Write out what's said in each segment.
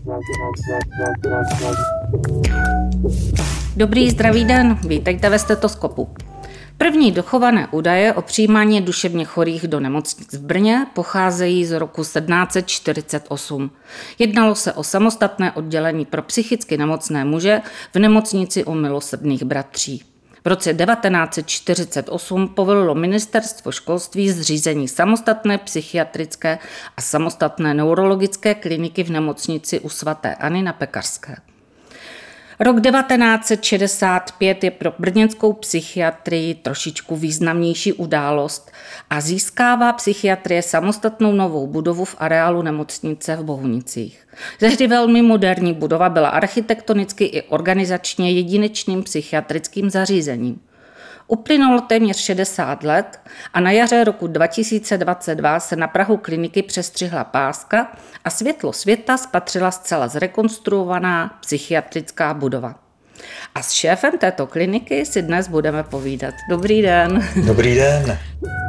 Dobrý zdravý den, vítejte ve stetoskopu. První dochované údaje o přijímání duševně chorých do nemocnic v Brně pocházejí z roku 1748. Jednalo se o samostatné oddělení pro psychicky nemocné muže v nemocnici u Milosrdných bratří. V roce 1948 povolilo ministerstvo školství zřízení samostatné psychiatrické a samostatné neurologické kliniky v nemocnici u sv. Anny na Pekařské. Rok 1965 je pro brněnskou psychiatrii trošičku významnější událost a získává psychiatrie samostatnou novou budovu v areálu nemocnice v Bohunicích. Tehdy velmi moderní budova byla architektonicky i organizačně jedinečným psychiatrickým zařízením. Uplynulo téměř 60 let a na jaře roku 2022 se na prahu kliniky přestřihla páska a světlo světa spatřila zcela zrekonstruovaná psychiatrická budova. A s šéfem této kliniky si dnes budeme povídat. Dobrý den. Dobrý den.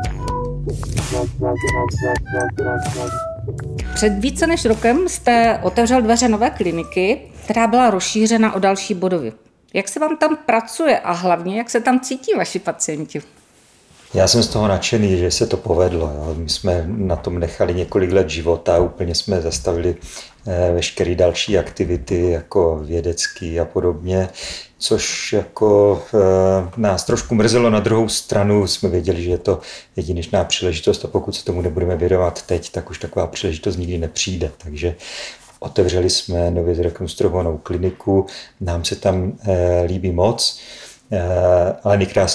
Před více než rokem jste otevřel dveře nové kliniky, která byla rozšířena o další budovy. Jak se vám tam pracuje a hlavně, jak se tam cítí vaši pacienti? Já jsem z toho nadšený, že se to povedlo. Jo. My jsme na tom nechali několik let života, úplně jsme zastavili veškeré další aktivity, jako vědecký a podobně, což jako nás trošku mrzelo. Na druhou stranu jsme věděli, že je to jedinečná příležitost a pokud se tomu nebudeme věnovat teď, tak už taková příležitost nikdy nepřijde. Takže otevřeli jsme nově zrekonstruovanou kliniku, nám se tam líbí moc, ale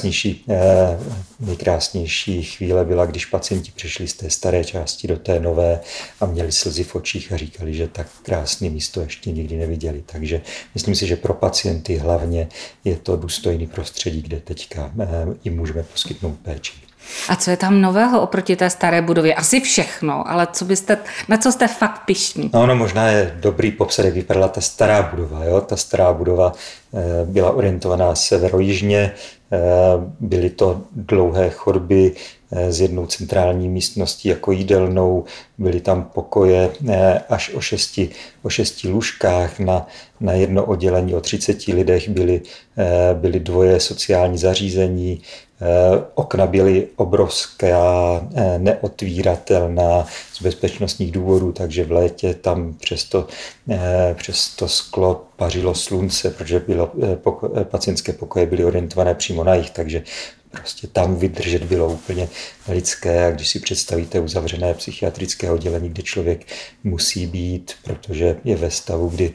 nejkrásnější chvíle byla, když pacienti přešli z té staré části do té nové a měli slzy v očích a říkali, že tak krásné místo ještě nikdy neviděli. Takže myslím si, že pro pacienty hlavně je to důstojný prostředí, kde teďka jim můžeme poskytnout péči. A co je tam nového oproti té staré budově? Asi všechno, ale na co jste fakt pyšní? No, možná je dobrý popsat, jak vypadala ta stará budova. Jo? Ta stará budova byla orientovaná severojižně, byly to dlouhé chodby s jednou centrální místností jako jídelnou, byly tam pokoje až o šesti lůžkách, na jedno oddělení o 30 lidech byly dvoje sociální zařízení, okna byly obrovská, neotvíratelná z bezpečnostních důvodů, takže v létě tam přes to sklo pařilo slunce, protože pacientské pokoje byly orientované přímo na jih, takže prostě tam vydržet bylo úplně lidské a když si představíte uzavřené psychiatrické oddělení, kde člověk musí být, protože je ve stavu, kdy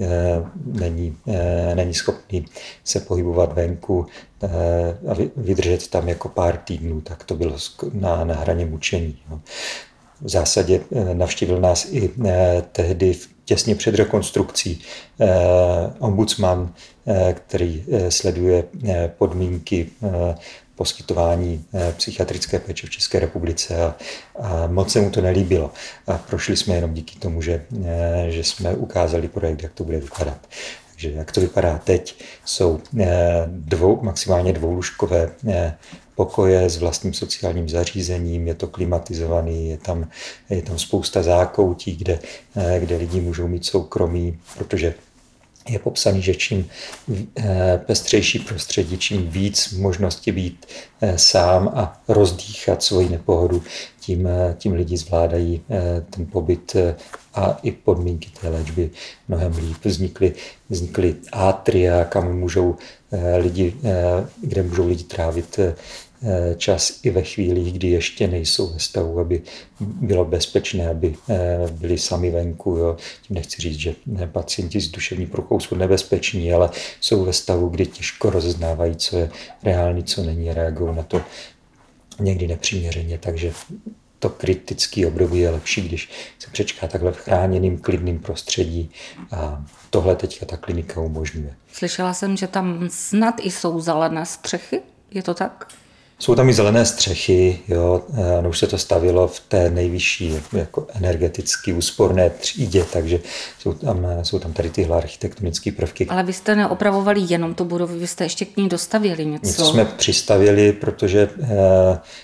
není schopný se pohybovat venku a vydržet tam jako pár týdnů, tak to bylo na hraně mučení. No. V zásadě navštívil nás i tehdy těsně před rekonstrukcí ombudsman, který sleduje podmínky poskytování psychiatrické péče v České republice a moc se mu to nelíbilo. A prošli jsme jenom díky tomu, že jsme ukázali projekt, jak to bude vypadat. Takže jak to vypadá teď, jsou maximálně dvoulůžkové pokoje s vlastním sociálním zařízením, je to klimatizovaný, je tam spousta zákoutí, kde lidi můžou mít soukromí, protože je popsaný, že čím pestřejší prostředí, čím víc možnosti být sám a rozdýchat svoji nepohodu, tím lidi zvládají ten pobyt a i podmínky té léčby mnohem líp. Vznikly atria, kde můžou lidi trávit čas i ve chvílích, kdy ještě nejsou ve stavu, aby bylo bezpečné, aby byli sami venku. Jo. Tím nechci říct, že pacienti s duševní poruchou jsou nebezpeční, ale jsou ve stavu, kdy těžko rozeznávají, co je reálný, co není, a reagují na to někdy nepřiměřeně. Takže to kritické období je lepší, když se přečká takhle v chráněným, klidným prostředí a tohle teďka ta klinika umožňuje. Slyšela jsem, že tam snad i jsou zelené střechy, je to tak? Jsou tam i zelené střechy, jo, no už se to stavilo v té nejvyšší jako energeticky úsporné třídě, takže jsou tam tady tyhle architektonické prvky. Ale vy jste neopravovali jenom tu budovu, vy jste ještě k ní dostavěli něco. Něco jsme přistavili, protože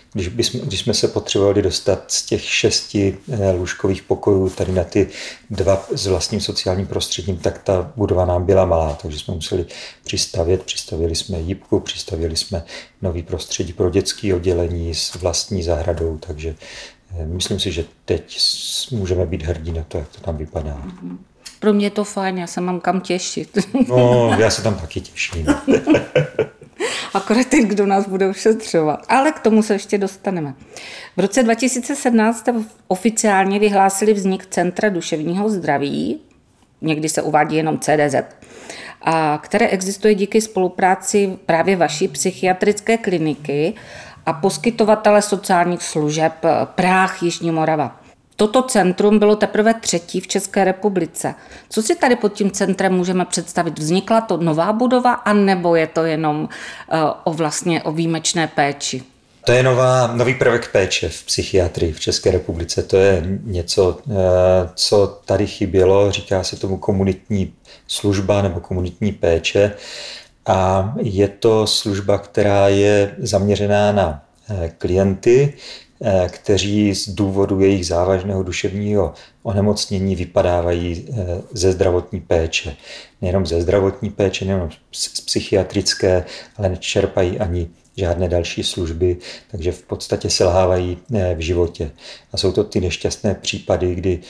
když jsme se potřebovali dostat z těch 6 lůžkových pokojů tady na ty 2 s vlastním sociálním prostředím, tak ta budova nám byla malá, takže jsme museli přistavili jsme jípku, přistavili jsme nový prostředí pro dětské oddělení s vlastní zahradou, takže myslím si, že teď můžeme být hrdí na to, jak to tam vypadá. Pro mě je to fajn, já se mám kam těšit. No, já se tam taky těším. Akorát ten, kdo nás bude ošetřovat. Ale k tomu se ještě dostaneme. V roce 2017 jste oficiálně vyhlásili vznik Centra duševního zdraví, někdy se uvádí jenom CDZ, a které existuje díky spolupráci právě vaší psychiatrické kliniky a poskytovatele sociálních služeb Práh Jižní Morava. Toto centrum bylo teprve 3. v České republice. Co si tady pod tím centrem můžeme představit? Vznikla to nová budova, anebo je to jenom o výjimečné péči? To je nový prvek péče v psychiatrii v České republice. To je něco, co tady chybělo. Říká se tomu komunitní služba nebo komunitní péče. A je to služba, která je zaměřená na klienty, kteří z důvodu jejich závažného duševního onemocnění vypadávají ze zdravotní péče. Nejenom ze zdravotní péče, nejenom z psychiatrické, ale nečerpají ani žádné další služby, takže v podstatě selhávají v životě. A jsou to ty nešťastné případy, kdy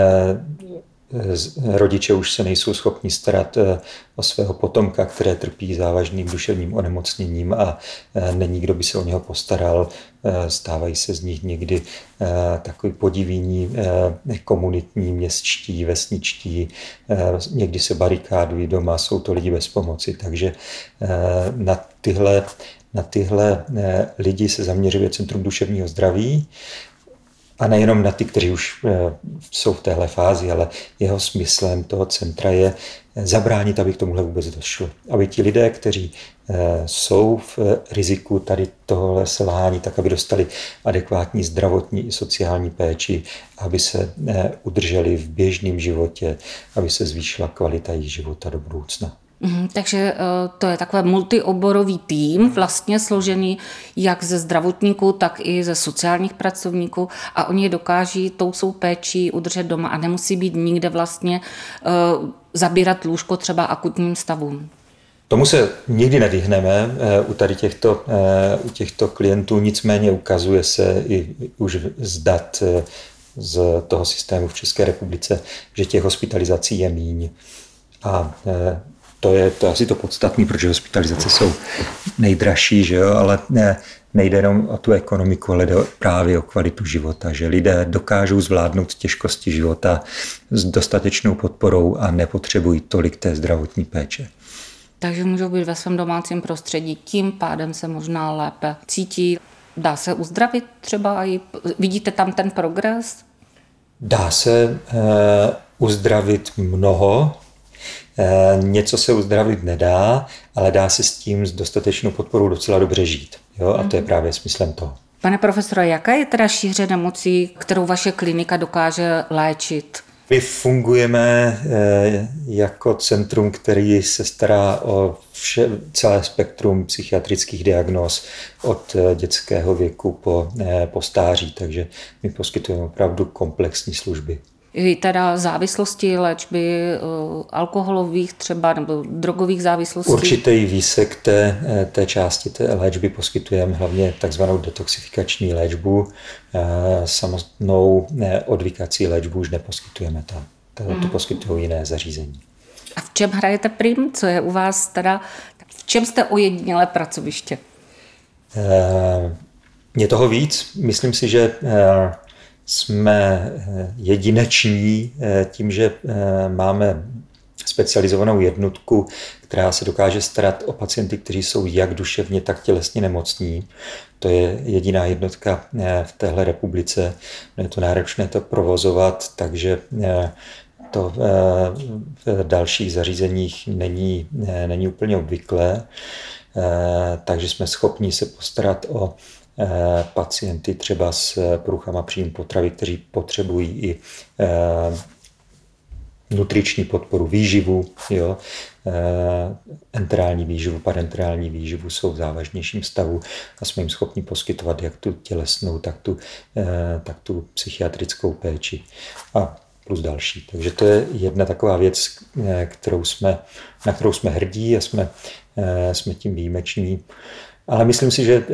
rodiče už se nejsou schopni starat o svého potomka, které trpí závažným duševním onemocněním a není kdo by se o něho postaral. Stávají se z nich někdy takový podivíní komunitní, městští, vesničtí, někdy se barikádují doma, jsou to lidi bez pomoci, takže na tyhle lidi se zaměřuje Centrum duševního zdraví. A nejenom na ty, kteří už jsou v téhle fázi, ale jeho smyslem toho centra je zabránit, aby k tomuhle vůbec došlo. Aby ti lidé, kteří jsou v riziku tady tohle selhání, tak aby dostali adekvátní zdravotní i sociální péči, aby se udrželi v běžném životě, aby se zvýšila kvalita jejich života do budoucna. Takže to je takový multioborový tým, vlastně složený jak ze zdravotníků, tak i ze sociálních pracovníků a oni je dokáží tou svou péčí udržet doma a nemusí být nikde vlastně zabírat lůžko třeba akutním stavům. Tomu se nikdy nevyhneme u tady těchto klientů, nicméně ukazuje se i už z dat z toho systému v České republice, že těch hospitalizací je míň. A to je asi to podstatné, protože hospitalizace jsou nejdražší, že jo? Ale nejde jenom o tu ekonomiku, ale jde právě o kvalitu života, že lidé dokážou zvládnout těžkosti života s dostatečnou podporou a nepotřebují tolik té zdravotní péče. Takže můžou být ve svém domácím prostředí, tím pádem se možná lépe cítí. Dá se uzdravit třeba? Vidíte tam ten progres? Dá se uzdravit mnoho. Něco se uzdravit nedá, ale dá se s tím s dostatečnou podporou docela dobře žít. Jo? A to je právě smyslem toho. Pane profesore, jaká je teda šíře nemocí, kterou vaše klinika dokáže léčit? My fungujeme jako centrum, který se stará o celé spektrum psychiatrických diagnóz od dětského věku po stáří, takže my poskytujeme opravdu komplexní služby. I teda závislosti, léčby alkoholových třeba nebo drogových závislostí? Určitý výsek té části té léčby poskytujeme, hlavně takzvanou detoxifikační léčbu. Samotnou odvykací léčbu už neposkytujeme tam. To poskytují jiné zařízení. A v čem hrajete prim? Co je u vás teda? V čem jste ojedinělé pracoviště? Je toho víc. Myslím si, že jsme jedineční tím, že máme specializovanou jednotku, která se dokáže starat o pacienty, kteří jsou jak duševně, tak tělesně nemocní. To je jediná jednotka v téhle republice. Je to náročné to provozovat, takže to v dalších zařízeních není úplně obvyklé. Takže jsme schopni se postarat o pacienty třeba s poruchama příjmu potravy, kteří potřebují i nutriční podporu, výživu. Jo. enterální výživu, parenterální výživu, jsou v závažnějším stavu a jsme jim schopni poskytovat jak tu tělesnou, tak tu psychiatrickou péči a plus další. Takže to je jedna taková věc, na kterou jsme hrdí a jsme tím výjimeční. Ale myslím si, že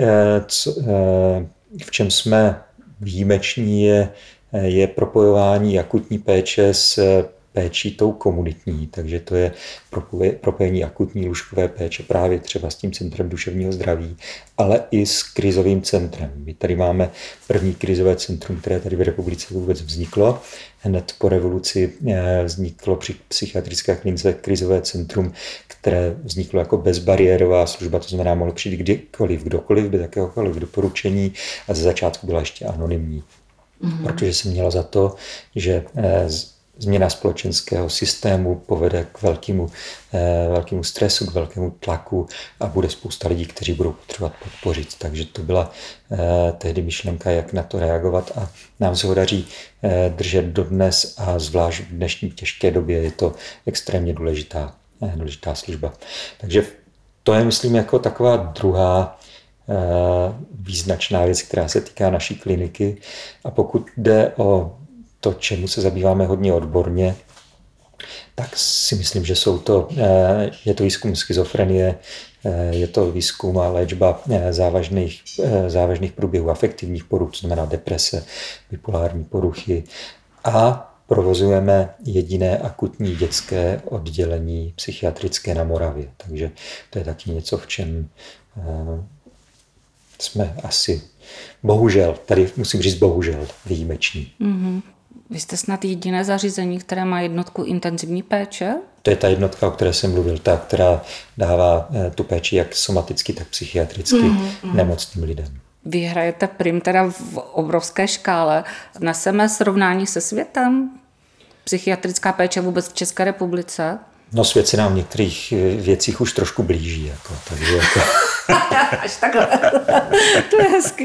v čem jsme výjimeční je propojování akutní péče s péčí tou komunitní, takže to je propojení akutní lůžkové péče právě třeba s tím centrem duševního zdraví, ale i s krizovým centrem. My tady máme první krizové centrum, které tady v republice vůbec vzniklo. Hned po revoluci vzniklo při psychiatrické klinice krizové centrum, které vzniklo jako bezbariérová služba, to znamená, mohl přijít kdokoliv, bez jakéhokoliv doporučení a ze začátku byla ještě anonymní. Protože se mělo za to, že změna společenského systému povede k velkému stresu, k velkému tlaku a bude spousta lidí, kteří budou potřebovat podpořit. Takže to byla tehdy myšlenka, jak na to reagovat a nám se ho daří držet dodnes a zvlášť v dnešní těžké době je to extrémně důležitá služba. Takže to je, myslím, jako taková druhá význačná věc, která se týká naší kliniky. A pokud jde o to, čemu se zabýváme hodně odborně, tak si myslím, že je to výzkum schizofrenie, je to výzkum a léčba závažných průběhů afektivních poruch, to znamená deprese, bipolární poruchy a provozujeme jediné akutní dětské oddělení psychiatrické na Moravě. Takže to je taky něco, v čem jsme asi bohužel, tady musím říct bohužel, výjimeční. Mm-hmm. Vy jste snad jediné zařízení, které má jednotku intenzivní péče? To je ta jednotka, o které jsem mluvil, ta, která dává tu péči jak somaticky, tak psychiatricky nemocným lidem. Vy hrajete prim teda v obrovské škále. Neseme srovnání se světem? Psychiatrická péče vůbec v České republice? No svět se nám v některých věcích už trošku blíží. Takže Až takhle. To je hezky.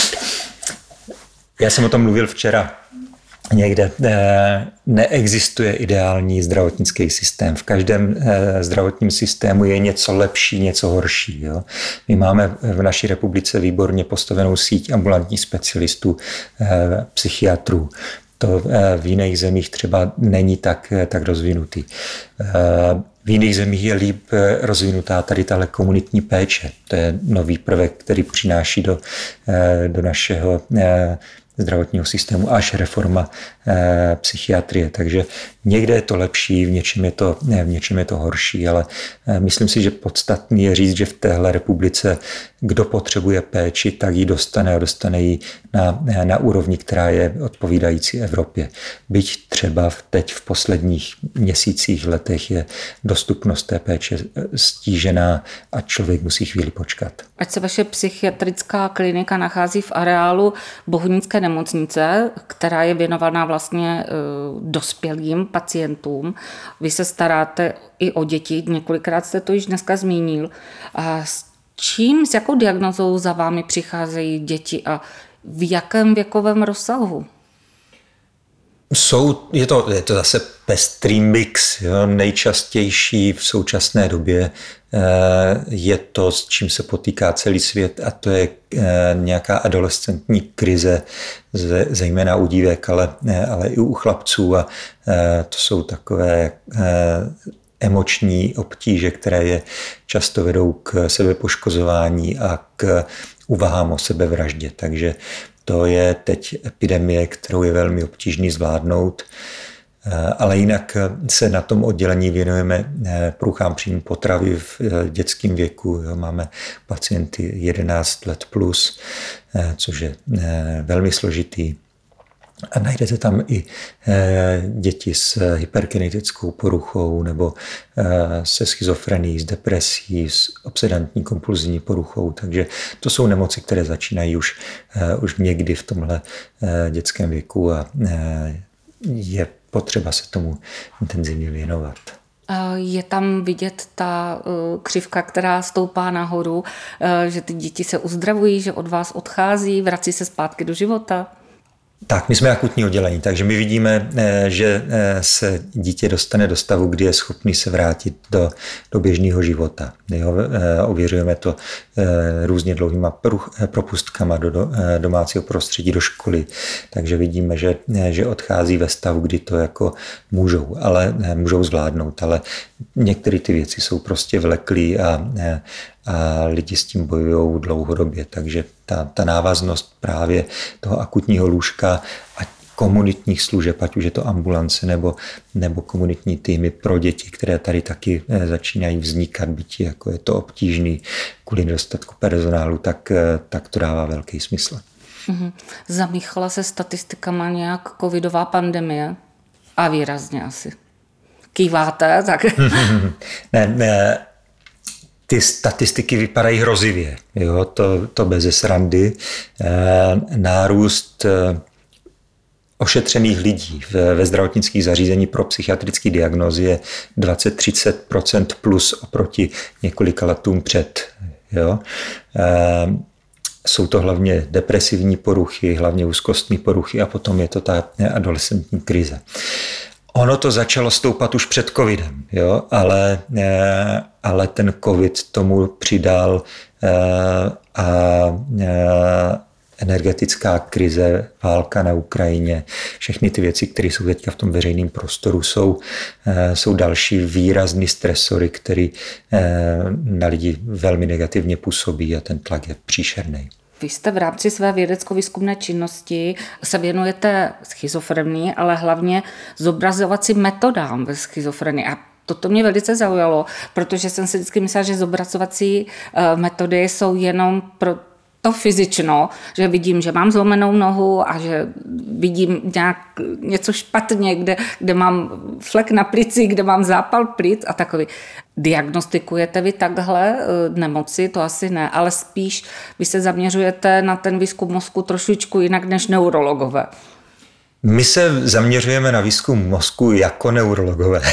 Já jsem o tom mluvil včera. Někde neexistuje ideální zdravotnický systém. V každém zdravotním systému je něco lepší, něco horší. Jo? My máme v naší republice výborně postavenou síť ambulantních specialistů, psychiatrů. To v jiných zemích třeba není tak rozvinutý. V jiných zemích je líp rozvinutá tady tahle komunitní péče. To je nový prvek, který přináší do našeho zdravotního systému až reforma psychiatrie. Takže někde je to lepší, v něčem je to horší, ale myslím si, že podstatný je říct, že v téhle republice, kdo potřebuje péči, tak ji dostane a dostane ji na úrovni, která je odpovídající Evropě. Byť třeba teď v posledních měsících, letech je dostupnost té péče stížená a člověk musí chvíli počkat. Ať se vaše psychiatrická klinika nachází v areálu Bohunické nemocnice, která je věnovaná vlastně dospělým pacientům. Vy se staráte i o děti, několikrát jste to již dneska zmínil. A s jakou diagnózou za vámi přicházejí děti a v jakém věkovém rozsahu? Je to zase pestrý mix. Jo? Nejčastější v současné době je to, s čím se potýká celý svět, a to je nějaká adolescentní krize, zejména u dívek, ale i u chlapců. A to jsou takové emoční obtíže, které je často vedou k sebepoškozování a k úvahám o sebevraždě. Takže to je teď epidemie, kterou je velmi obtížný zvládnout, ale jinak se na tom oddělení věnujeme průchám příjmu potravy v dětském věku. Máme pacienty 11 let plus, což je velmi složitý. A najdete tam i děti s hyperkinetickou poruchou nebo se schizofrenií, s depresí, s obsedantní kompulzivní poruchou. Takže to jsou nemoci, které začínají už někdy v tomhle dětském věku a je potřeba se tomu intenzivně věnovat. Je tam vidět ta křivka, která stoupá nahoru, že ty děti se uzdravují, že od vás odchází, vrací se zpátky do života? Tak, my jsme akutní oddělení, takže my vidíme, že se dítě dostane do stavu, kdy je schopný se vrátit do běžného života. Jo, ověřujeme to různě dlouhýma propustkama do domácího prostředí, do školy, takže vidíme, že odchází ve stavu, kdy to jako můžou zvládnout, ale některé ty věci jsou prostě vleklý a lidi s tím bojují dlouhodobě, takže ta návaznost právě toho akutního lůžka a komunitních služeb, ať už je to ambulance nebo komunitní týmy pro děti, které tady taky začínají vznikat, byť jako je to obtížný kvůli nedostatku personálu, tak to dává velký smysl. Zamíchala se statistikama nějak covidová pandemie? A výrazně asi. Kýváte? Tak. Ne. Ty statistiky vypadají hrozivě, jo? To beze srandy. Nárůst ošetřených lidí ve zdravotnických zařízení pro psychiatrické diagnózy je 20-30% plus oproti několika letům před. Jo? Jsou to hlavně depresivní poruchy, hlavně úzkostní poruchy a potom je to ta adolescentní krize. Ono to začalo stoupat už před covidem, jo? Ale ten covid tomu přidal a energetická krize, válka na Ukrajině, všechny ty věci, které jsou teďka v tom veřejném prostoru, jsou další výrazný stresory, které na lidi velmi negativně působí a ten tlak je příšerný. Vy jste v rámci své vědecko-výzkumné činnosti se věnujete schizofrenii, ale hlavně zobrazovacím metodám ve schizofrenii. A toto mě velice zaujalo, protože jsem si vždycky myslela, že zobrazovací metody jsou jenom pro to fyzično, že vidím, že mám zlomenou nohu a že vidím něco špatně, kde mám flek na plici, kde mám zápal plic a takový. Diagnostikujete vy takhle nemoci? To asi ne, ale spíš vy se zaměřujete na ten výzkum mozku trošičku jinak než neurologové. My se zaměřujeme na výzkum mozku jako neurologové,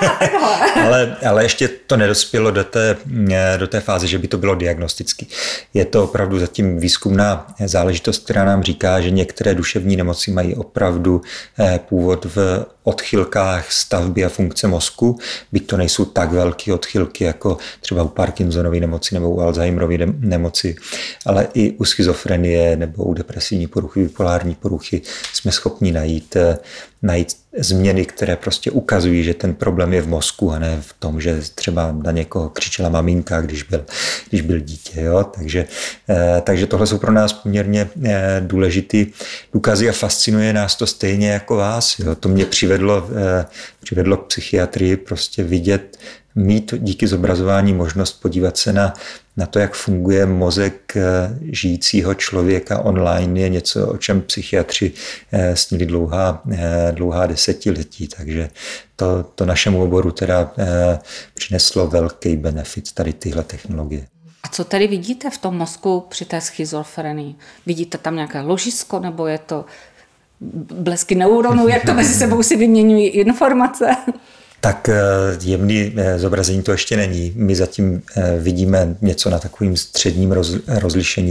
ale ještě to nedospělo do té fáze, že by to bylo diagnostický. Je to opravdu zatím výzkumná záležitost, která nám říká, že některé duševní nemoci mají opravdu původ v odchylkách stavby a funkce mozku, byť to nejsou tak velké odchylky jako třeba u Parkinsonovy nemoci nebo u Alzheimerovy nemoci, ale i u schizofrenie nebo u depresivní poruchy, bipolární poruchy jsme schopni najít změny, které prostě ukazují, že ten problém je v mozku a ne v tom, že třeba na někoho křičela maminka, když byl dítě. Jo? Takže tohle jsou pro nás poměrně důležitý důkazy a fascinuje nás to stejně jako vás. Jo? To mě přivedlo k psychiatrii, prostě mít díky zobrazování možnost podívat se na to, jak funguje mozek žijícího člověka online, je něco, o čem psychiatři snili dlouhá desetiletí. Takže to našemu oboru teda přineslo velký benefit tady tyhle technologie. A co tady vidíte v tom mozku při té schizofrenii? Vidíte tam nějaké ložisko, nebo je to blesky neuronů, jak to mezi sebou si vyměňují informace? Tak jemný zobrazení to ještě není. My zatím vidíme něco na takovým středním rozlišení.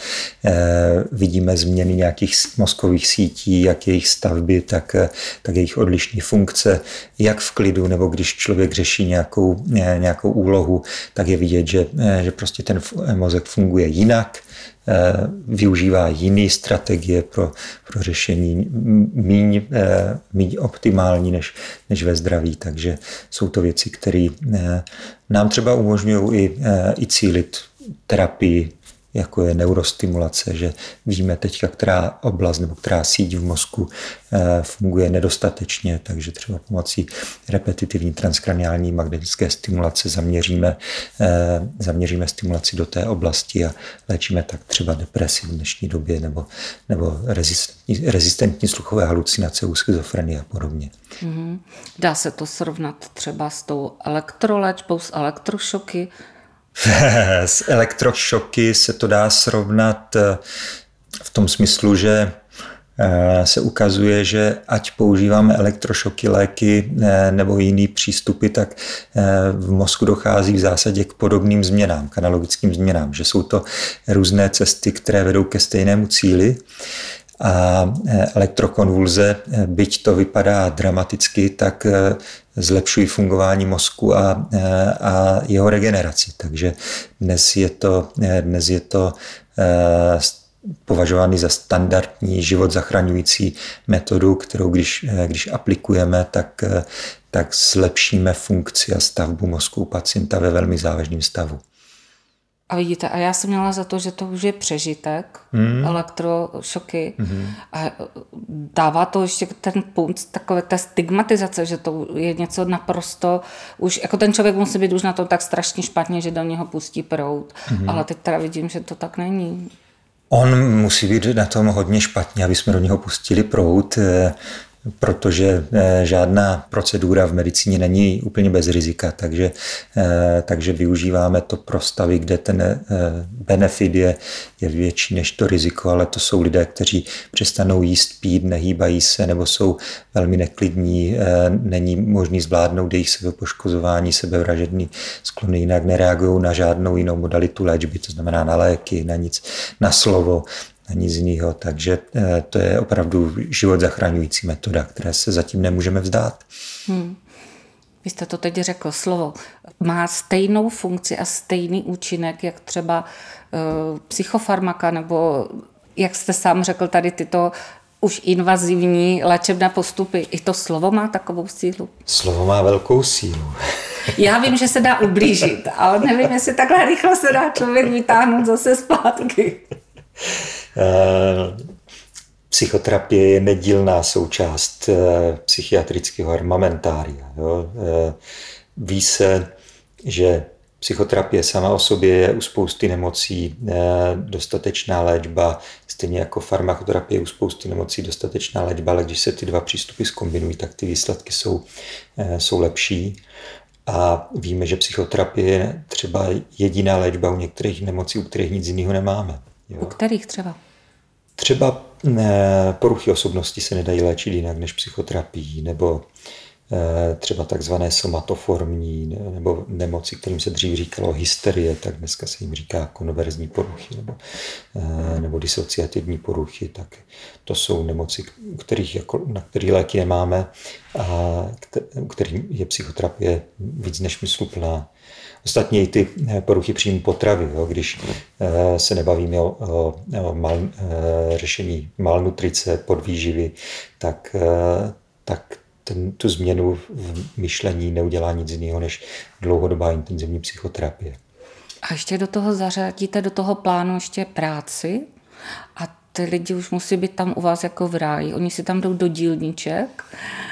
Vidíme změny nějakých mozkových sítí, jak jejich stavby, tak jejich odlišné funkce, jak v klidu, nebo když člověk řeší nějakou úlohu, tak je vidět, že prostě ten mozek funguje jinak, využívá jiné strategie pro řešení míň optimální než ve zdraví. Takže jsou to věci, které nám třeba umožňují i cílit terapii, jako je neurostimulace, že víme teďka, která oblast nebo která síť v mozku funguje nedostatečně, takže třeba pomocí repetitivní transkraniální magnetické stimulace zaměříme stimulaci do té oblasti a léčíme tak třeba depresi v dnešní době nebo rezistentní sluchové halucinace u schizofrenie a podobně. Dá se to srovnat třeba s tou elektroléčbou, s elektrošoky? S elektrošoky se to dá srovnat v tom smyslu, že se ukazuje, že ať používáme elektrošoky, léky nebo jiný přístupy, tak v mozku dochází v zásadě k podobným změnám, k analogickým změnám, že jsou to různé cesty, které vedou ke stejnému cíli, A elektrokonvulze, byť to vypadá dramaticky, tak zlepšují fungování mozku a jeho regeneraci. Takže dnes je to považovaný za standardní život zachraňující metodu, kterou když aplikujeme, tak zlepšíme funkci a stavbu mozku pacienta ve velmi závažném stavu. A vidíte, a já jsem měla za to, že to už je přežitek, elektrošoky. A dává to ještě ten punc takové té stigmatizace, že to je něco naprosto, už jako ten člověk musí být už na tom tak strašně špatně, že do něho pustí proud. Ale teď teda vidím, že to tak není. On musí být na tom hodně špatně, aby jsme do něho pustili proud, protože žádná procedura v medicíně není úplně bez rizika, takže využíváme to pro stavy, kde ten benefit je větší než to riziko, ale to jsou lidé, kteří přestanou jíst, pít, nehýbají se nebo jsou velmi neklidní, není možný zvládnout jejich sebepoškozování, sebevražedný sklony, jinak nereagují na žádnou jinou modalitu léčby, to znamená na léky, na nic, na slovo, a nic jiného, takže to je opravdu život zachraňující metoda, které se zatím nemůžeme vzdát. Vy jste to teď řekl, slovo. Má stejnou funkci a stejný účinek, jak třeba psychofarmaka, nebo jak jste sám řekl tady tyto už invazivní léčebné postupy. I to slovo má takovou sílu? Slovo má velkou sílu. Já vím, že se dá ublížit, ale nevím, jestli takhle rychle se dá člověk vytáhnout zase zpátky. Psychoterapie je nedílná součást psychiatrického armamentária. Jo. Ví se, že psychoterapie sama o sobě je u spousty nemocí dostatečná léčba, stejně jako farmakoterapie je u spousty nemocí dostatečná léčba, ale když se ty dva přístupy zkombinují, tak ty výsledky jsou lepší. A víme, že psychoterapie je třeba jediná léčba u některých nemocí, u kterých nic jiného nemáme. Jo. U kterých třeba? Třeba poruchy osobnosti se nedají léčit jinak než psychoterapií, nebo třeba takzvané somatoformní, nebo nemoci, kterým se dřív říkalo hysterie, tak dneska se jim říká konverzní poruchy, nebo disociativní poruchy, tak to jsou nemoci, na které léky nemáme a u kterých je psychoterapie víc než smysluplná. Ostatně i ty poruchy příjmu potravy, jo, když se nebavíme o řešení malnutrice, podvýživy, tak tu změnu v myšlení neudělá nic jiného než dlouhodobá intenzivní psychoterapie. A ještě do toho zařadíte do toho plánu ještě práci a ty lidi už musí být tam u vás jako v ráji. Oni si tam jdou do dílniček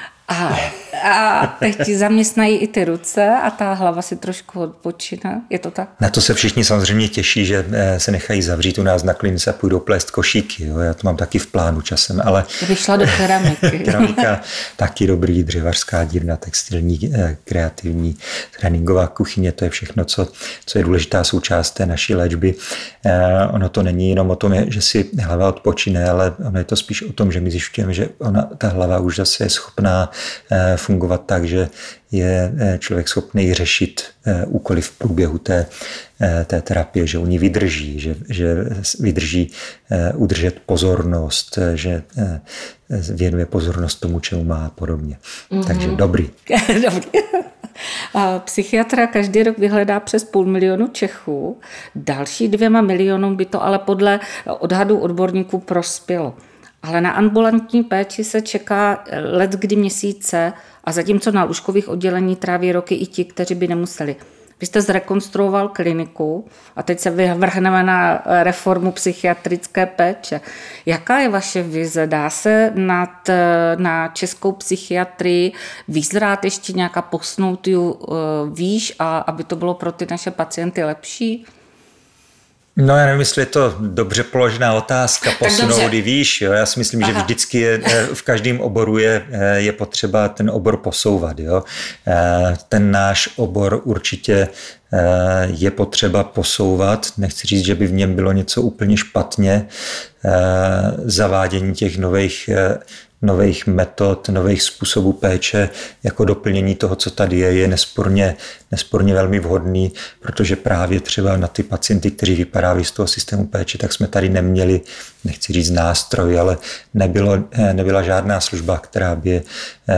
a teď ti zaměstnají i ty ruce a ta hlava si trošku odpočine. Je to tak? Na to se všichni samozřejmě těší, že se nechají zavřít u nás na klinice a půjdou plést košíky. Jo? Já to mám taky v plánu časem, ale... Vyšla do keramiky. Keramika taky dobrý, dřevařská dílna, textilní, kreativní, tréninková kuchyně, to je všechno, co je důležitá součást té naší léčby. Ono to není jenom o tom, že si hlava odpočine, ale ono je to spíš o tom, že my zjišťujeme, že ta hlava už zase je schopná fungovat tak, že je člověk schopný řešit úkoly v průběhu té terapie, že u ní vydrží, že vydrží udržet pozornost, že věnuje pozornost tomu, čemu má a podobně. Takže dobrý. Dobrý. Psychiatra každý rok vyhledá přes 500 000 Čechů. Další 2 milionům by to ale podle odhadů odborníků prospělo. Ale na ambulantní péči se čeká leckdy měsíce a zatímco na lůžkových oddělení tráví roky i ti, kteří by nemuseli. Vy jste zrekonstruoval kliniku a teď se vrhneme na reformu psychiatrické péče. Jaká je vaše vize? Dá se na českou psychiatrii vyzrát ještě nějaká posunout ju výš, a aby to bylo pro ty naše pacienty lepší? No já nevím, jestli je to dobře položená otázka, posunout i výš. Jo? Já si myslím, že vždycky v každém oboru je potřeba ten obor posouvat. Jo? Ten náš obor určitě je potřeba posouvat. Nechci říct, že by v něm bylo něco úplně špatně. Zavádění těch nových nových metod, nových způsobů péče jako doplnění toho, co tady je nesporně velmi vhodný, protože právě třeba na ty pacienty, kteří vypadávají z toho systému péče, tak jsme tady neměli, nechci říct nástroj, ale nebyla žádná služba, která by je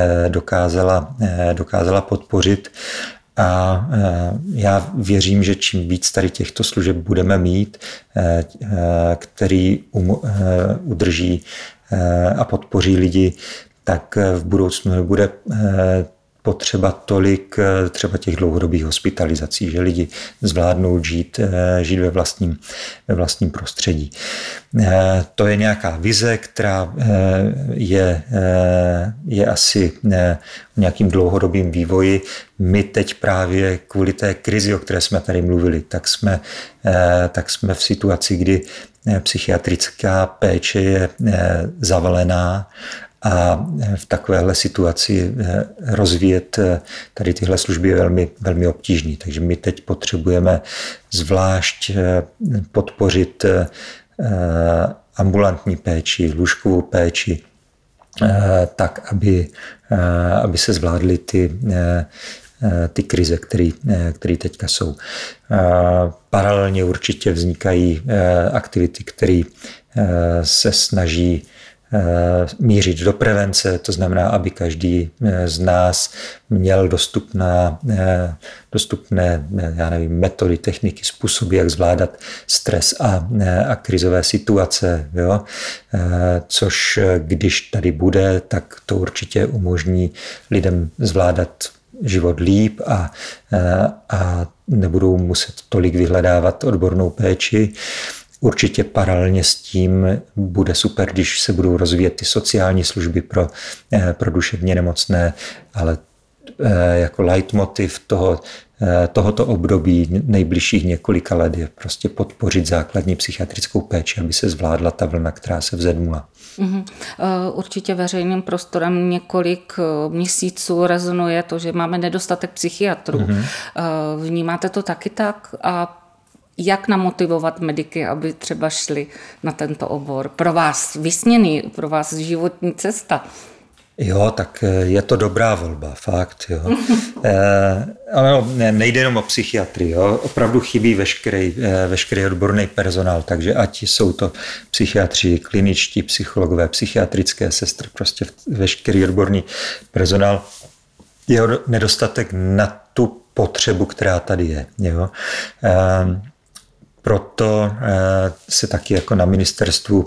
dokázala podpořit. A já věřím, že čím víc tady těchto služeb budeme mít, který udrží a podpoří lidi, tak v budoucnu nebude potřeba tolik třeba těch dlouhodobých hospitalizací, že lidi zvládnou žít ve vlastním prostředí. To je nějaká vize, která je asi nějakým dlouhodobým vývoji. My teď právě kvůli té krizi, o které jsme tady mluvili, tak jsme v situaci, kdy psychiatrická péče je zavalená a v takovéhle situaci rozvíjet tady tyhle služby je velmi, velmi obtížný. Takže my teď potřebujeme zvlášť podpořit ambulantní péči, lůžkovou péči, tak, aby se zvládly ty krize, které teďka jsou. Paralelně určitě vznikají aktivity, které se snaží mířit do prevence, to znamená, aby každý z nás měl dostupné metody, techniky, způsoby, jak zvládat stres a krizové situace. Jo? Což když tady bude, tak to určitě umožní lidem zvládat život líp a nebudou muset tolik vyhledávat odbornou péči. Určitě paralelně s tím bude super, když se budou rozvíjet ty sociální služby pro duševně nemocné, ale jako leitmotiv tohoto období nejbližších několika let je prostě podpořit základní psychiatrickou péči, aby se zvládla ta vlna, která se vzedmula. Určitě veřejným prostorem několik měsíců rezonuje to, že máme nedostatek psychiatrů. Vnímáte to taky tak? A jak namotivovat mediky, aby třeba šli na tento obor? Pro vás vysněný, pro vás životní cesta. Jo, tak je to dobrá volba, fakt. Jo. Ale nejde jenom o psychiatrii. Jo. Opravdu chybí veškerý odborný personál, takže ať jsou to psychiatři, kliničtí psychologové, psychiatrické sestry, prostě veškerý odborný personál. Je nedostatek na tu potřebu, která tady je. Jo. Proto se taky jako na ministerstvu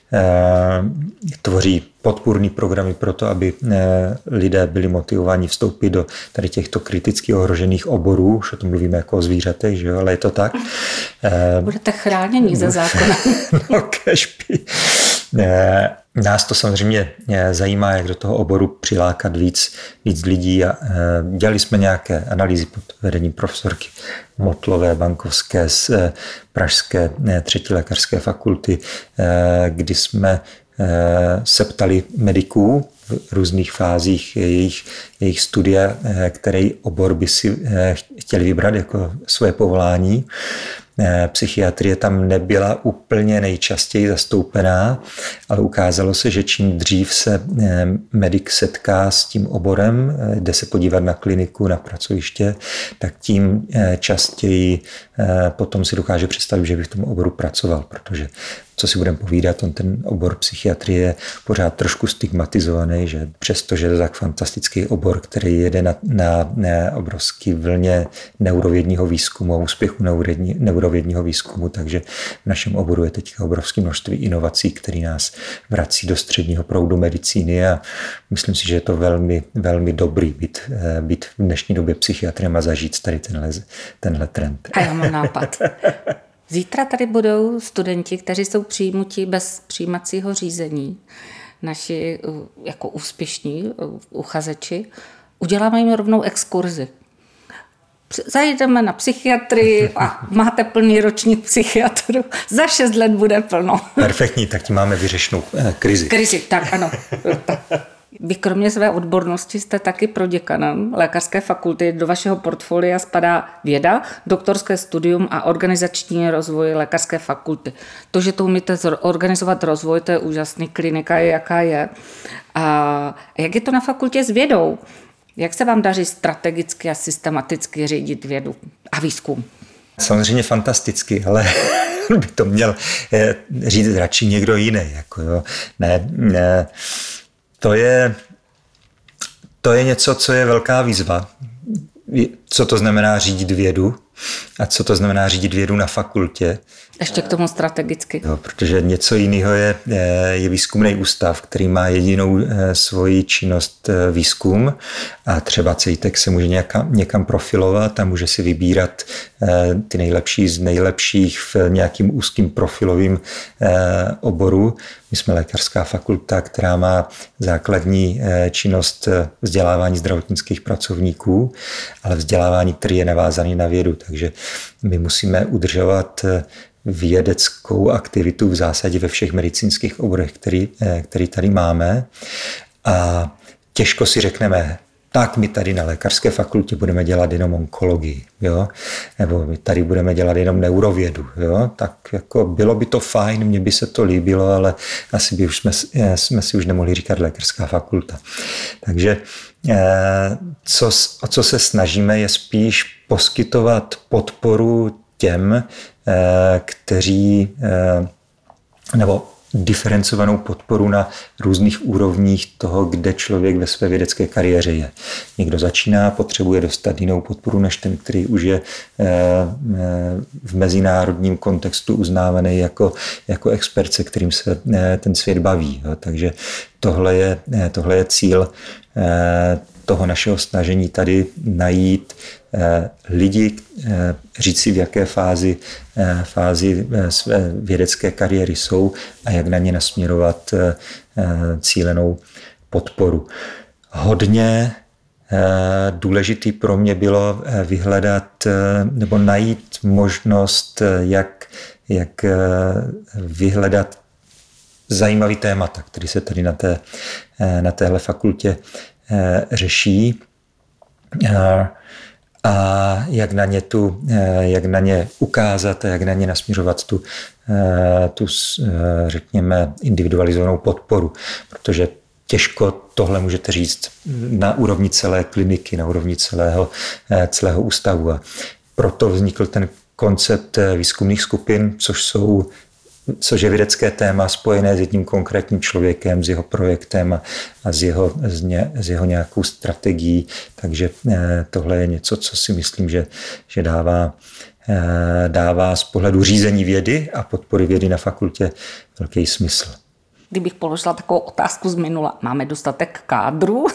tvoří podpůrný programy pro to, aby lidé byli motivováni vstoupit do tady těchto kriticky ohrožených oborů. Už o tom mluvíme jako o zvířatech, že jo, ale je to tak. Budete chráněni ze zákona. No, kežby. Nás to samozřejmě zajímá, jak do toho oboru přilákat víc lidí a dělali jsme nějaké analýzy pod vedením profesorky Motlové, Bankovské z Pražské 3. lékařské fakulty, kdy jsme se ptali mediků v různých fázích jejich studia, který obor by si chtěli vybrat jako svoje povolání. Psychiatrie tam nebyla úplně nejčastěji zastoupená, ale ukázalo se, že čím dřív se medic setká s tím oborem, jde se podívat na kliniku, na pracoviště, tak tím častěji potom si dokáže představit, že by v tom oboru pracoval, protože co si budeme povídat, ten obor psychiatrie je pořád trošku stigmatizovaný, že přestože je to tak fantastický obor, který jede na obrovský vlně neurovědního výzkumu a úspěchu neurovědního výzkumu, takže v našem oboru je teď obrovské množství inovací, které nás vrací do středního proudu medicíny a myslím si, že je to velmi, velmi dobrý být v dnešní době psychiatrem a zažít tady tenhle trend. A já mám nápad. Zítra tady budou studenti, kteří jsou přijímuti bez přijímacího řízení, naši jako úspěšní uchazeči. Uděláme jim rovnou exkurzi. Zajdeme na psychiatrii a máte plný ročník psychiatrů. Za 6 let bude plno. Perfektní, tak tím máme vyřešenou krizi. Tak ano. Vy kromě své odbornosti jste taky proděkanem lékařské fakulty. Do vašeho portfolia spadá věda, doktorské studium a organizační rozvoj lékařské fakulty. To, že to umíte organizovat rozvoj, to je úžasný, klinika je, jaká je. A jak je to na fakultě s vědou? Jak se vám daří strategicky a systematicky řídit vědu a výzkum? Samozřejmě fantasticky, ale by to měl říct radši někdo jiný. Jako jo. Ne, to je něco, co je velká výzva. Co to znamená řídit vědu a co to znamená řídit vědu na fakultě. Ještě k tomu strategicky. Jo, protože něco jiného je výzkumný ústav, který má jedinou svoji činnost výzkum a třeba CEJTEC se může někam profilovat a může si vybírat ty nejlepší z nejlepších v nějakým úzkým profilovým oboru. My jsme lékařská fakulta, která má základní činnost vzdělávání zdravotnických pracovníků, ale vzdělávání, který je navázaný na vědu. Takže my musíme udržovat vědeckou aktivitu v zásadě ve všech medicínských oborech, který tady máme. A těžko si řekneme, tak my tady na lékařské fakultě budeme dělat jenom onkologii, jo? Nebo my tady budeme dělat jenom neurovědu. Jo? Tak jako bylo by to fajn, mně by se to líbilo, ale asi by už jsme si už nemohli říkat lékařská fakulta. Takže o co se snažíme, je spíš poskytovat podporu těm, kteří nebo diferencovanou podporu na různých úrovních toho, kde člověk ve své vědecké kariéře je. Někdo začíná, potřebuje dostat jinou podporu než ten, který už je v mezinárodním kontextu uznávaný jako expert, se kterým se ten svět baví. Takže tohle je cíl toho našeho snažení tady najít lidi, říct si, v jaké fázi své vědecké kariéry jsou a jak na ně nasměrovat cílenou podporu. Hodně důležitý pro mě bylo vyhledat nebo najít možnost, jak vyhledat zajímavý témata, který se tady na téhle fakultě řeší a jak na ně ukázat a jak na ně nasměřovat tu řekněme individualizovanou podporu, protože těžko tohle můžete říct na úrovni celé kliniky, na úrovni celého ústavu a proto vznikl ten koncept výzkumných skupin, což je vědecké téma spojené s jedním konkrétním člověkem, s jeho projektem a s jeho nějakou strategií. Takže tohle je něco, co si myslím, že dává z pohledu řízení vědy a podpory vědy na fakultě velký smysl. Kdybych položila takovou otázku z minula, máme dostatek kádru?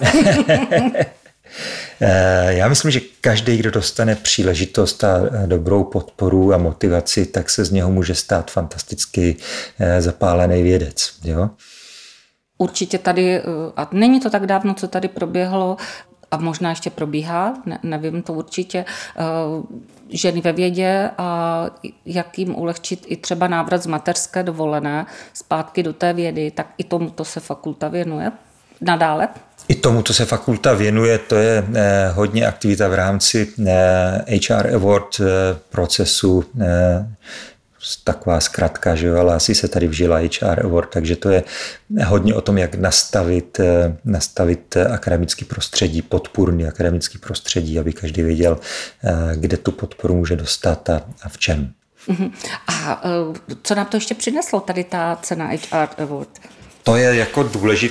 Já myslím, že každý, kdo dostane příležitost a dobrou podporu a motivaci, tak se z něho může stát fantasticky zapálený vědec. Jo? Určitě tady, a není to tak dávno, co tady proběhlo, a možná ještě probíhá, nevím to určitě, ženy ve vědě a jak jim ulehčit i třeba návrat z mateřské dovolené zpátky do té vědy, tak i tomuto se fakulta věnuje nadále. I tomuto se fakulta věnuje, to je hodně aktivita v rámci HR Award procesu, taková zkratka, že jo, ale asi se tady vžila HR Award, takže to je hodně o tom, jak nastavit akademický prostředí, podpůrný akademický prostředí, aby každý věděl, kde tu podporu může dostat a v čem. A co nám to ještě přineslo, tady ta cena HR Award? To je jako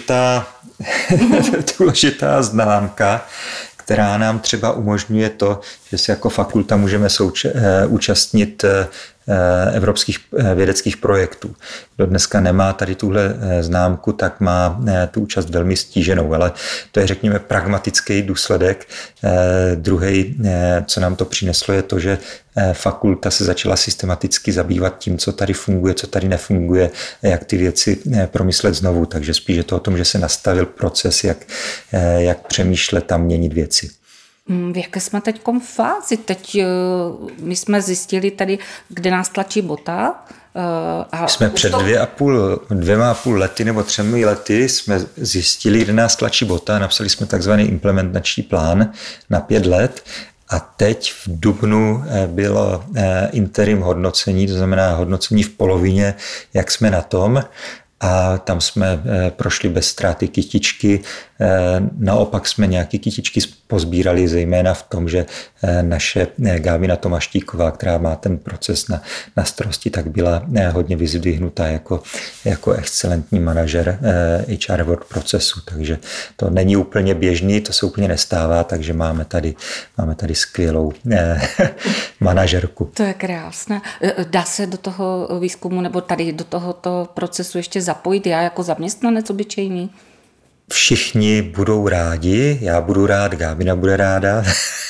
důležitá známka, která nám třeba umožňuje to, že se jako fakulta můžeme účastnit evropských vědeckých projektů. Kdo dneska nemá tady tuhle známku, tak má tu účast velmi stíženou, ale to je, řekněme, pragmatický důsledek. Druhý, co nám to přineslo, je to, že fakulta se začala systematicky zabývat tím, co tady funguje, co tady nefunguje, jak ty věci promyslet znovu. Takže spíš je to o tom, že se nastavil proces, jak přemýšlet a měnit věci. V jaké jsme teď fázi? Teď my jsme zjistili tady, kde nás tlačí bota. Jsme před 2,5 lety nebo 3 lety jsme zjistili, kde nás tlačí bota. Napsali jsme takzvaný implementační plán na 5 let. A teď v dubnu bylo interim hodnocení, to znamená hodnocení v polovině, jak jsme na tom. A tam jsme prošli bez ztráty kytičky. Naopak jsme nějaké kytičky pozbírali, zejména v tom, že naše Gávina Tomaštíková, která má ten proces na starosti, tak byla hodně vyzdvihnutá jako excelentní manažer HR Award procesu. Takže to není úplně běžný, to se úplně nestává, takže máme tady skvělou manažerku. To je krásné. Dá se do toho výzkumu nebo tady do tohoto procesu ještě zapojit já jako zaměstnanec obyčejný? Všichni budou rádi, já budu rád, Gávina bude ráda.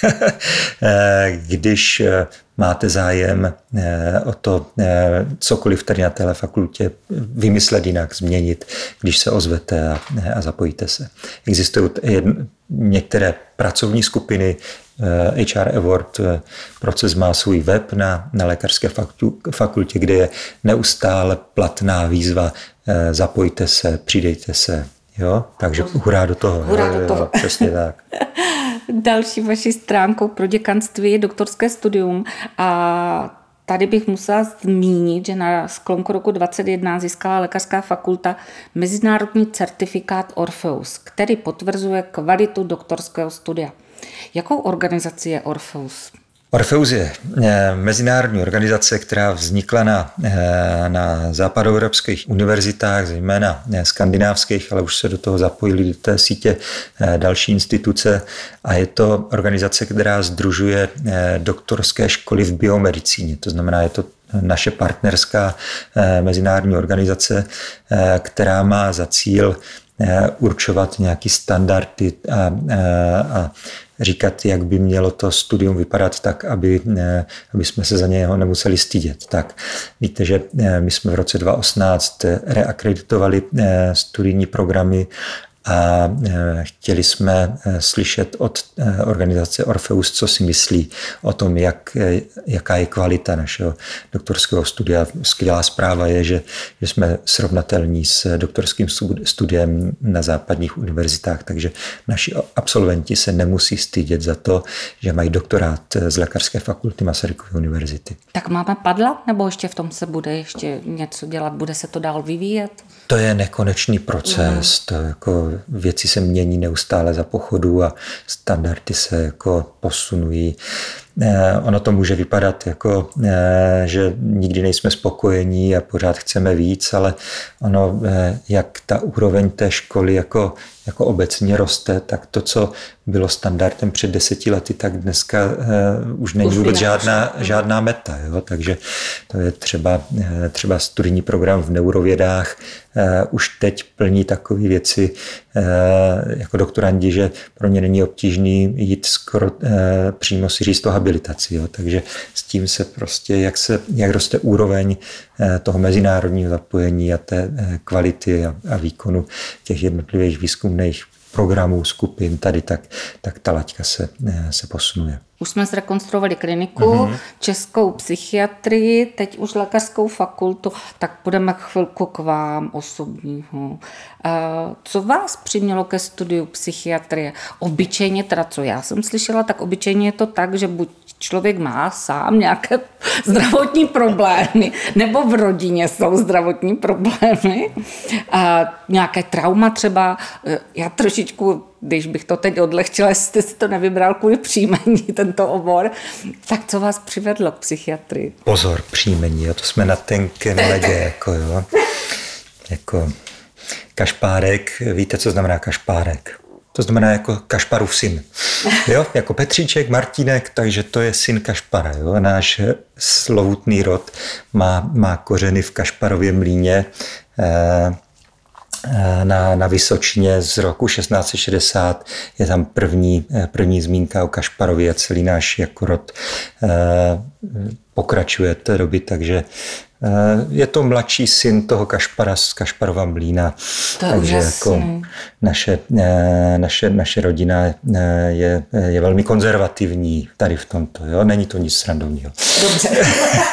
Když máte zájem o to cokoliv tady na téhle fakultě vymyslet jinak, změnit, když se ozvete a zapojíte se. Existují některé pracovní skupiny, HR Award proces má svůj web na lékařské fakultě, kde je neustále platná výzva, zapojte se, přidejte se. Jo, takže hurá do toho. Hurá do toho. Přesně tak. Další vaší stránkou pro děkanství je doktorské studium a tady bych musela zmínit, že na sklonku roku 2021 získala lékařská fakulta mezinárodní certifikát Orpheus, který potvrzuje kvalitu doktorského studia. Jakou organizací je Orpheus? Orpheus je mezinárodní organizace, která vznikla na západoevropských univerzitách, zejména skandinávských, ale už se do toho zapojili do té sítě další instituce a je to organizace, která sdružuje doktorské školy v biomedicíně. To znamená, je to naše partnerská mezinárodní organizace, která má za cíl určovat nějaký standardy a říkat, jak by mělo to studium vypadat tak, aby jsme se za něho nemuseli stydět. Tak víte, že my jsme v roce 2018 reakreditovali studijní programy a chtěli jsme slyšet od organizace Orpheus, co si myslí o tom, jaká je kvalita našeho doktorského studia. Skvělá zpráva je, že jsme srovnatelní s doktorským studiem na západních univerzitách, takže naši absolventi se nemusí stydět za to, že mají doktorát z lékařské fakulty Masarykovy univerzity. Tak máme padla, nebo ještě v tom se bude ještě něco dělat? Bude se to dál vyvíjet? To je nekonečný proces, to jako věci se mění neustále za pochodu a standardy se jako posunují. Ono to může vypadat jako, že nikdy nejsme spokojení a pořád chceme víc, ale ono, jak ta úroveň té školy jako obecně roste, tak to, co bylo standardem před 10 lety, tak dneska už není vůbec žádná meta. Jo? Takže to je třeba studijní program v neurovědách už teď plní takové věci jako doktorandi, že pro ně není obtížný jít skoro přímo si říct to habilitaci. Jo? Takže s tím se prostě, jak roste úroveň toho mezinárodního zapojení a té kvality a výkonu těch jednotlivých výzkumných programů, skupin tady, tak ta laťka se posunuje. Už jsme zrekonstruovali kliniku, českou psychiatrii, teď už lékařskou fakultu, tak půjdeme chvilku k vám osobního. Co vás přimělo ke studiu psychiatrie? Obyčejně, teda co já jsem slyšela, tak obyčejně je to tak, že buď člověk má sám nějaké zdravotní problémy, nebo v rodině jsou zdravotní problémy, a nějaké trauma třeba. Já trošičku, když bych to teď odlehčila, jestli jste si to nevybral kvůli příjmení, tento obor, tak co vás přivedlo k psychiatrii? Pozor, příjmení, to jsme na tenkém ledě, jako Kašpárek. Víte, co znamená Kašpárek? To znamená jako Kašparův syn. Jo? Jako Petříček, Martínek, takže to je syn Kašpara. Jo? Náš slovutný rod má kořeny v Kašparově mlýně na Vysočině z roku 1660. Je tam první zmínka o Kašparovi a celý náš jako rod pokračuje té doby, takže je to mladší syn toho Kašpara z Kašparova Mlýna. Takže jako naše rodina je velmi konzervativní tady v tomto. Jo? Není to nic srandovního. Dobře.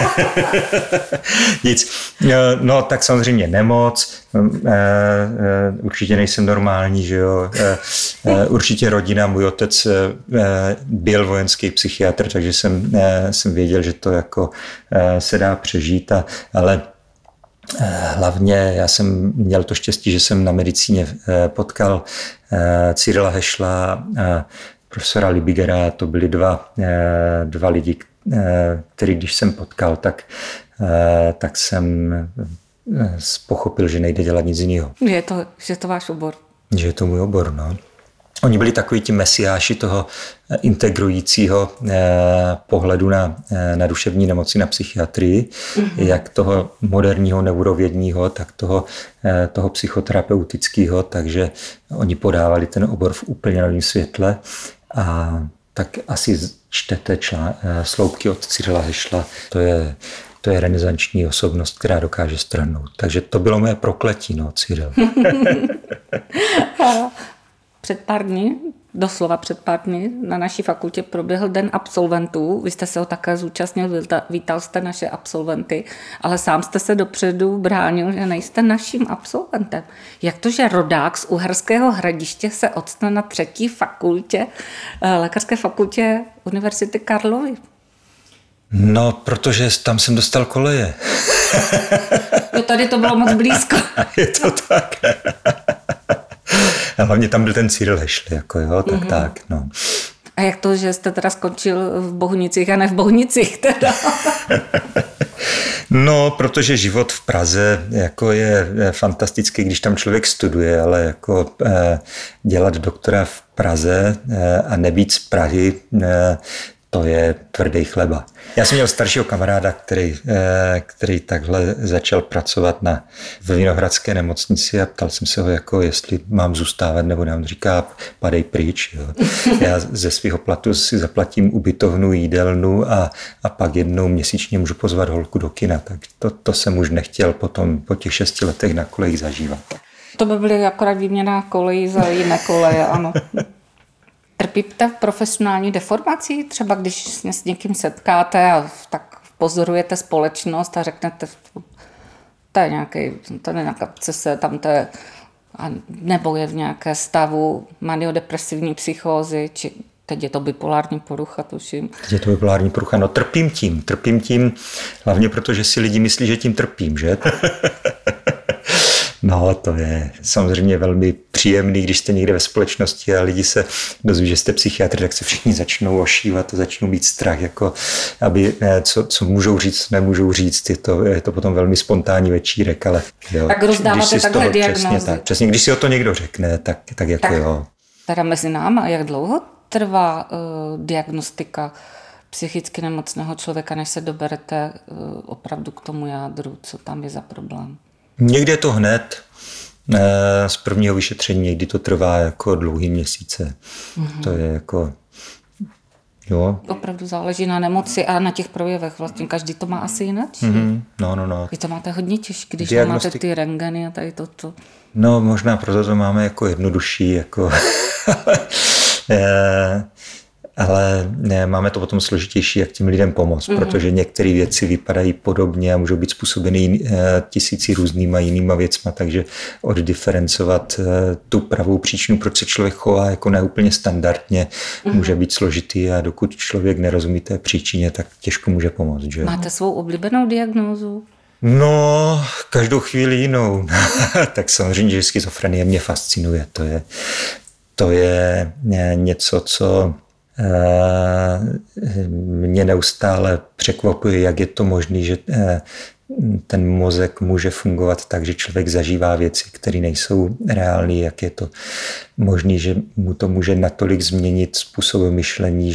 Nic. No tak samozřejmě nemoc. Určitě nejsem normální, že jo. Určitě rodina, můj otec byl vojenský psychiatr, takže jsem věděl, že to jako se dá přežít, ale hlavně já jsem měl to štěstí, že jsem na medicíně potkal Cyrila Hešla a profesora Libigera. To byli dva lidi, který když jsem potkal, tak jsem pochopil, že nejde dělat nic jiného. Že to váš obor. Že je to můj obor, no. Oni byli takový ti mesiáši toho integrujícího pohledu na duševní nemoci, na psychiatrii, jak toho moderního neurovědního, tak toho psychoterapeutického, takže oni podávali ten obor v úplně novém světle a tak asi čtete sloupky od Cyrila Hešla, to je renesanční osobnost, která dokáže strhnout. Takže to bylo moje prokletí, no, Cyril. Doslova před pár dny na naší fakultě proběhl den absolventů. Vy jste se ho také zúčastnil, vítal jste naše absolventy, ale sám jste se dopředu bránil, že nejste naším absolventem. Jak to, že rodák z Uherského Hradiště se octne na 3. fakultě, lékařské fakultě Univerzity Karlovy? No, protože tam jsem dostal koleje. Jo, tady to bylo moc blízko. Je to tak. A hlavně tam byl ten Cyril Hešl, jako jo, tak, no. A jak to, že jste teda skončil v Bohunicích a ne v Bohunicích teda? No, protože život v Praze jako je fantastický, když tam člověk studuje, ale jako dělat doktora v Praze a nebýt z Prahy, to je tvrdý chleba. Já jsem měl staršího kamaráda, který takhle začal pracovat ve Vinohradské nemocnici a ptal jsem se ho, jako jestli mám zůstávat, nebo nám říká, padej pryč. Jo. Já ze svého platu si zaplatím ubytovnu, jídelnu a pak jednou měsíčně můžu pozvat holku do kina. Tak to jsem už nechtěl potom po těch 6 letech na kolejích zažívat. To by byly akorát výměna kolejí za jiné koleje, ano. Trpíte v profesionální deformací? Třeba když se s někým setkáte a tak pozorujete společnost a řeknete, to je nějaká obsese, tam to je, nebo je v nějaké stavu maniodepresivní psychózy, či teď je to bipolární porucha, tuším. Teď je to bipolární porucha, no trpím tím, hlavně protože si lidi myslí, že tím trpím, že? No, to je samozřejmě velmi příjemný, když jste někde ve společnosti a lidi se dozví, že jste psychiatr, tak se všichni začnou ošívat a začnou mít strach, jako aby co můžou říct, nemůžou říct. Je to potom velmi spontánní večírek, ale jo. Tak rozdáváte takhle diagnózy. Přesně, když si o to někdo řekne, tak jako jo. Teda mezi náma, jak dlouho trvá diagnostika psychicky nemocného člověka, než se doberete opravdu k tomu jádru, co tam je za problém? Někdy je to hned, z prvního vyšetření, někdy to trvá jako dlouhý měsíce. To je jako, jo. Opravdu záleží na nemoci a na těch projevech. Vlastně každý to má asi jinak. No. Vy to máte hodně těžké, když máte ty rentgeny a tady toto. No, možná proto to máme jako jednodušší, jako ale máme to potom složitější, jak těm lidem pomoct, protože některé věci vypadají podobně a můžou být způsobeny tisíci různýma jinýma věcma, takže oddiferencovat tu pravou příčinu, proč se člověk chová jako neúplně standardně, může být složitý a dokud člověk nerozumí té příčině, tak těžko může pomoct. Že? Máte svou oblíbenou diagnózu? No, každou chvíli jinou. Tak samozřejmě, že schizofrenie mě fascinuje. To je něco, co mě neustále překvapuje, jak je to možné, že ten mozek může fungovat tak, že člověk zažívá věci, které nejsou reálné, jak je to možné, že mu to může natolik změnit způsob myšlení,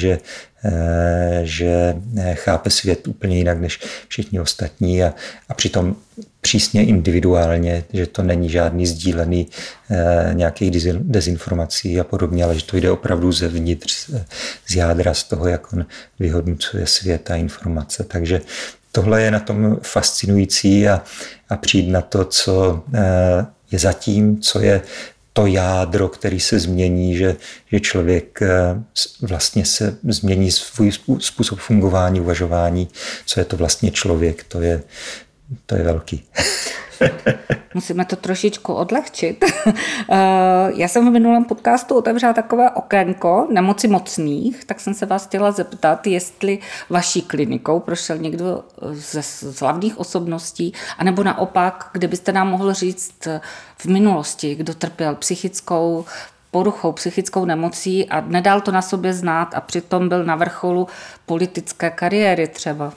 že chápe svět úplně jinak než všichni ostatní a přitom přísně individuálně, že to není žádný sdílený nějakých dezinformací a podobně, ale že to jde opravdu zevnitř, z jádra, z toho, jak on vyhodnocuje svět a informace. Takže tohle je na tom fascinující a přijít na to, co je zatím, co je to jádro, který se změní, že člověk vlastně se změní svůj způsob fungování, uvažování, co je to vlastně člověk, to je velký. Musíme to trošičku odlehčit. Já jsem v minulém podcastu otevřela takové okénko nemoci mocných, tak jsem se vás chtěla zeptat, jestli vaší klinikou prošel někdo ze slavných osobností, anebo naopak, kdybyste nám mohl říct v minulosti, kdo trpěl psychickou poruchou, psychickou nemocí a nedal to na sobě znát a přitom byl na vrcholu politické kariéry třeba.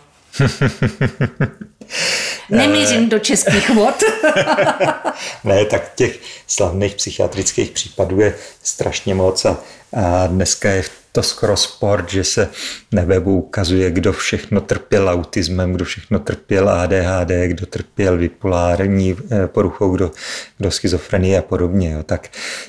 Nemířím do českých vod. Ne, tak těch slavných psychiatrických případů je strašně moc a dneska je to skoro sport, že se na webu ukazuje, kdo všechno trpěl autismem, kdo všechno trpěl ADHD, kdo trpěl bipolární poruchou, kdo schizofrenii a podobně. Jo. Tak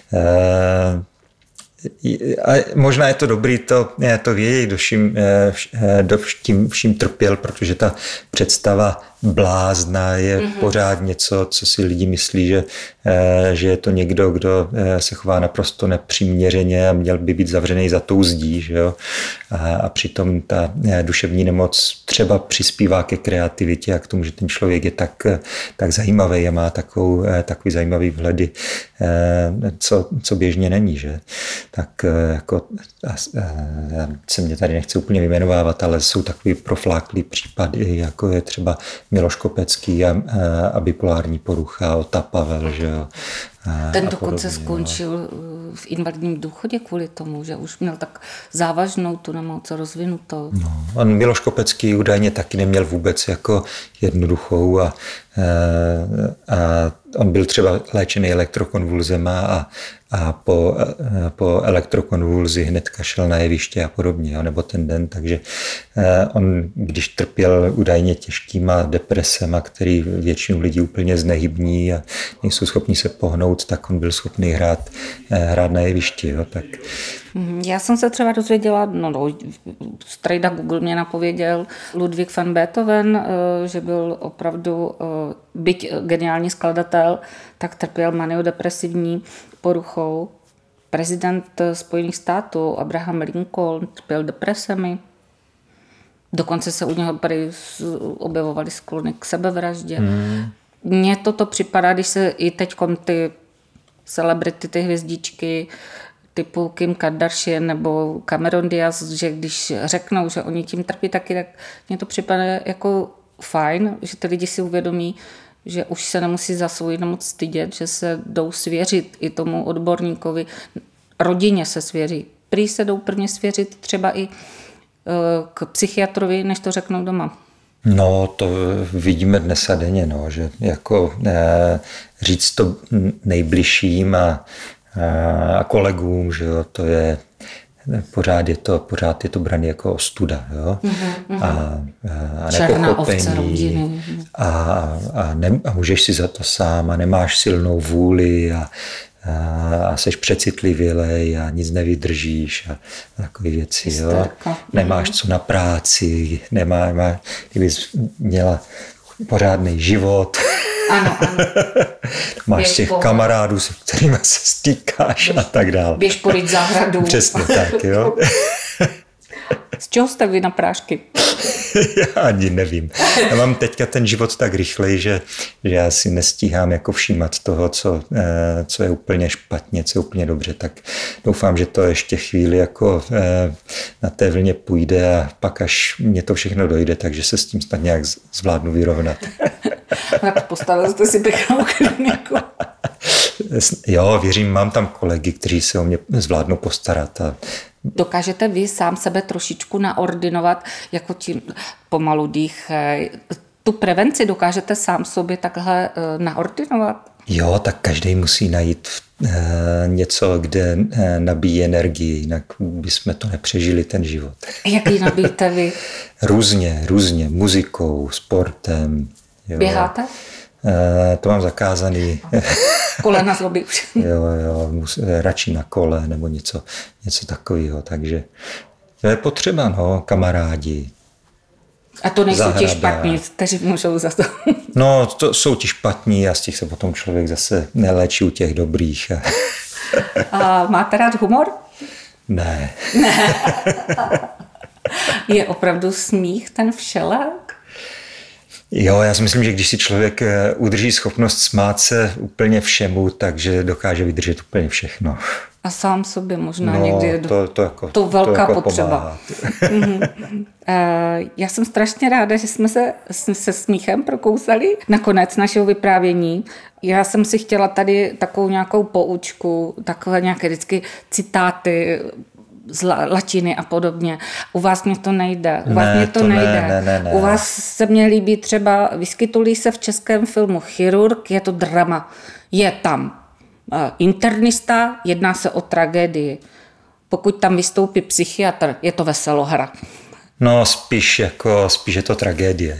a možná je to dobrý to vědět, kdo vším trpěl, protože ta představa blázna je pořád něco, co si lidi myslí, že je to někdo, kdo se chová naprosto nepřiměřeně a měl by být zavřený za tou zdí. Že jo? A přitom ta duševní nemoc třeba přispívá ke kreativitě a k tomu, že ten člověk je tak zajímavý a má takový zajímavý vhledy, co běžně není. Že? Tak jako, se mě tady nechci úplně vyjmenovávat, ale jsou takový profláklý případy, jako je třeba Miloš Kopecký a bipolární porucha, Ota Pavel, že jo. Ten dokonce skončil v invalidním důchodě kvůli tomu, že už měl tak závažnou tu nemoc rozvinutou. No, on Miloš Kopecký údajně taky neměl vůbec jako jednoduchou a on byl třeba léčený elektrokonvulzema a po elektrokonvulzi hnedka šel na jeviště a podobně, nebo ten den, takže on, když trpěl údajně těžkýma depresema, který většinu lidí úplně znehybní a nejsou schopni se pohnout, tak on byl schopný hrát na jevišti. Jo, tak. Já jsem se třeba dozvěděla, strejda Google mě napověděl, Ludwig van Beethoven, že byl opravdu, byť geniální skladatel, tak trpěl maniodepresivní poruchou. Prezident Spojených států Abraham Lincoln trpěl depresemi. Dokonce se u něho objevovaly sklony k sebevraždě. Mně toto připadá, když se i teďkom ty celebrity, ty hvězdičky typu Kim Kardashian nebo Cameron Diaz, že když řeknou, že oni tím trpí taky, tak mně to připadá jako fajn, že ty lidi si uvědomí, že už se nemusí za svou nemoc stydět, že se jdou svěřit i tomu odborníkovi, rodině se svěří. Prý se jdou prvně svěřit třeba i k psychiatrovi, než to řeknou doma. No, to vidíme dnes a denně, no, že jako říct to nejbližším a kolegům, že jo, to je pořád je to brané jako ostuda, jo? A nepochopení a můžeš si za to sám a nemáš silnou vůli a seš přecitlivělej a nic nevydržíš a takové věci. Jo? Nemáš co na práci, kdybys měla pořádný život. Ano. Máš těch kamarádů, se kterými se stýkáš a tak dále. Běž poryt zahradu. Přesně tak, jo. Z čeho jste vy na prášky? Já ani nevím. Já mám teďka ten život tak rychlej, že já si nestíhám jako všímat toho, co je úplně špatně, co je úplně dobře. Tak doufám, že to ještě chvíli jako na té vlně půjde a pak až mě to všechno dojde, takže se s tím snad nějak zvládnu vyrovnat. Tak postavil jste si pěknou kliniku. Jo, věřím, mám tam kolegy, kteří se o mě zvládnou postarat. Dokážete vy sám sebe trošičku naordinovat, jako tím pomalu dýchej, Tu prevenci dokážete sám sobě takhle naordinovat? Jo, tak každý musí najít něco, kde nabíjí energii, jinak bychom to nepřežili ten život. Jak ji nabíjíte vy? Různě, muzikou, sportem. Jo. Běháte? To mám zakázaný. Kolena zlobí už. Jo, radši na kole nebo něco takového, takže to je potřeba, no, kamarádi. A to nejsou ti špatní, kteří můžou za to. No, to jsou ti špatní a z těch se potom člověk zase neléčí u těch dobrých. A máte rád humor? Ne. Je opravdu smích ten všelek? Jo, já si myslím, že když si člověk udrží schopnost smát se úplně všemu, takže dokáže vydržet úplně všechno. A sám sobě možná někdy je to velká jako potřeba. Já jsem strašně ráda, že jsme se smíchem prokousali nakonec našeho vyprávění. Já jsem si chtěla tady takovou nějakou poučku, takové nějaké vždycky citáty z latiny a podobně. U vás mě to nejde. Ne. U vás se mně líbí třeba, vyskytulí se v českém filmu Chirurg, je to drama. Je tam internista, jedná se o tragédii. Pokud tam vystoupí psychiatr, je to veselohra. No, spíš je to tragédie.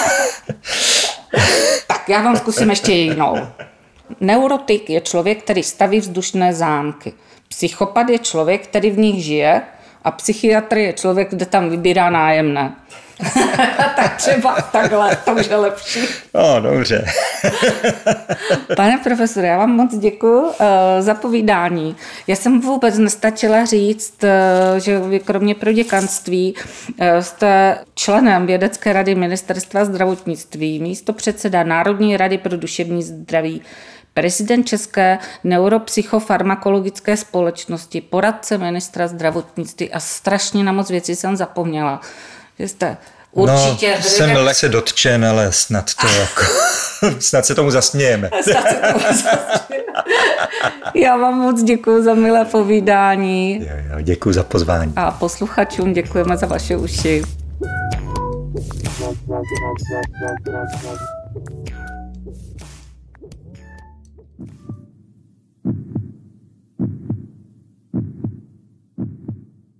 Tak já vám zkusím ještě jinou. Neurotik je člověk, který staví vzdušné zámky. Psychopat je člověk, který v nich žije, a psychiatr je člověk, kde tam vybírá nájemné. Tak třeba takhle, to už je lepší. No, dobře. Pane profesore, já vám moc děkuji za povídání. Já jsem vůbec nestačila říct, že vy kromě proděkanství jste členem Vědecké rady Ministerstva zdravotnictví, místopředseda Národní rady pro duševní zdraví, prezident České neuropsychofarmakologické společnosti, poradce ministra zdravotnictví a strašně na moc věcí jsem zapomněla. Že jste určitě... No, jsem lehce dotčen, ale snad se tomu zasmějeme. Já vám moc děkuji za milé povídání. Jo, děkuji za pozvání. A posluchačům děkujeme za vaše uši.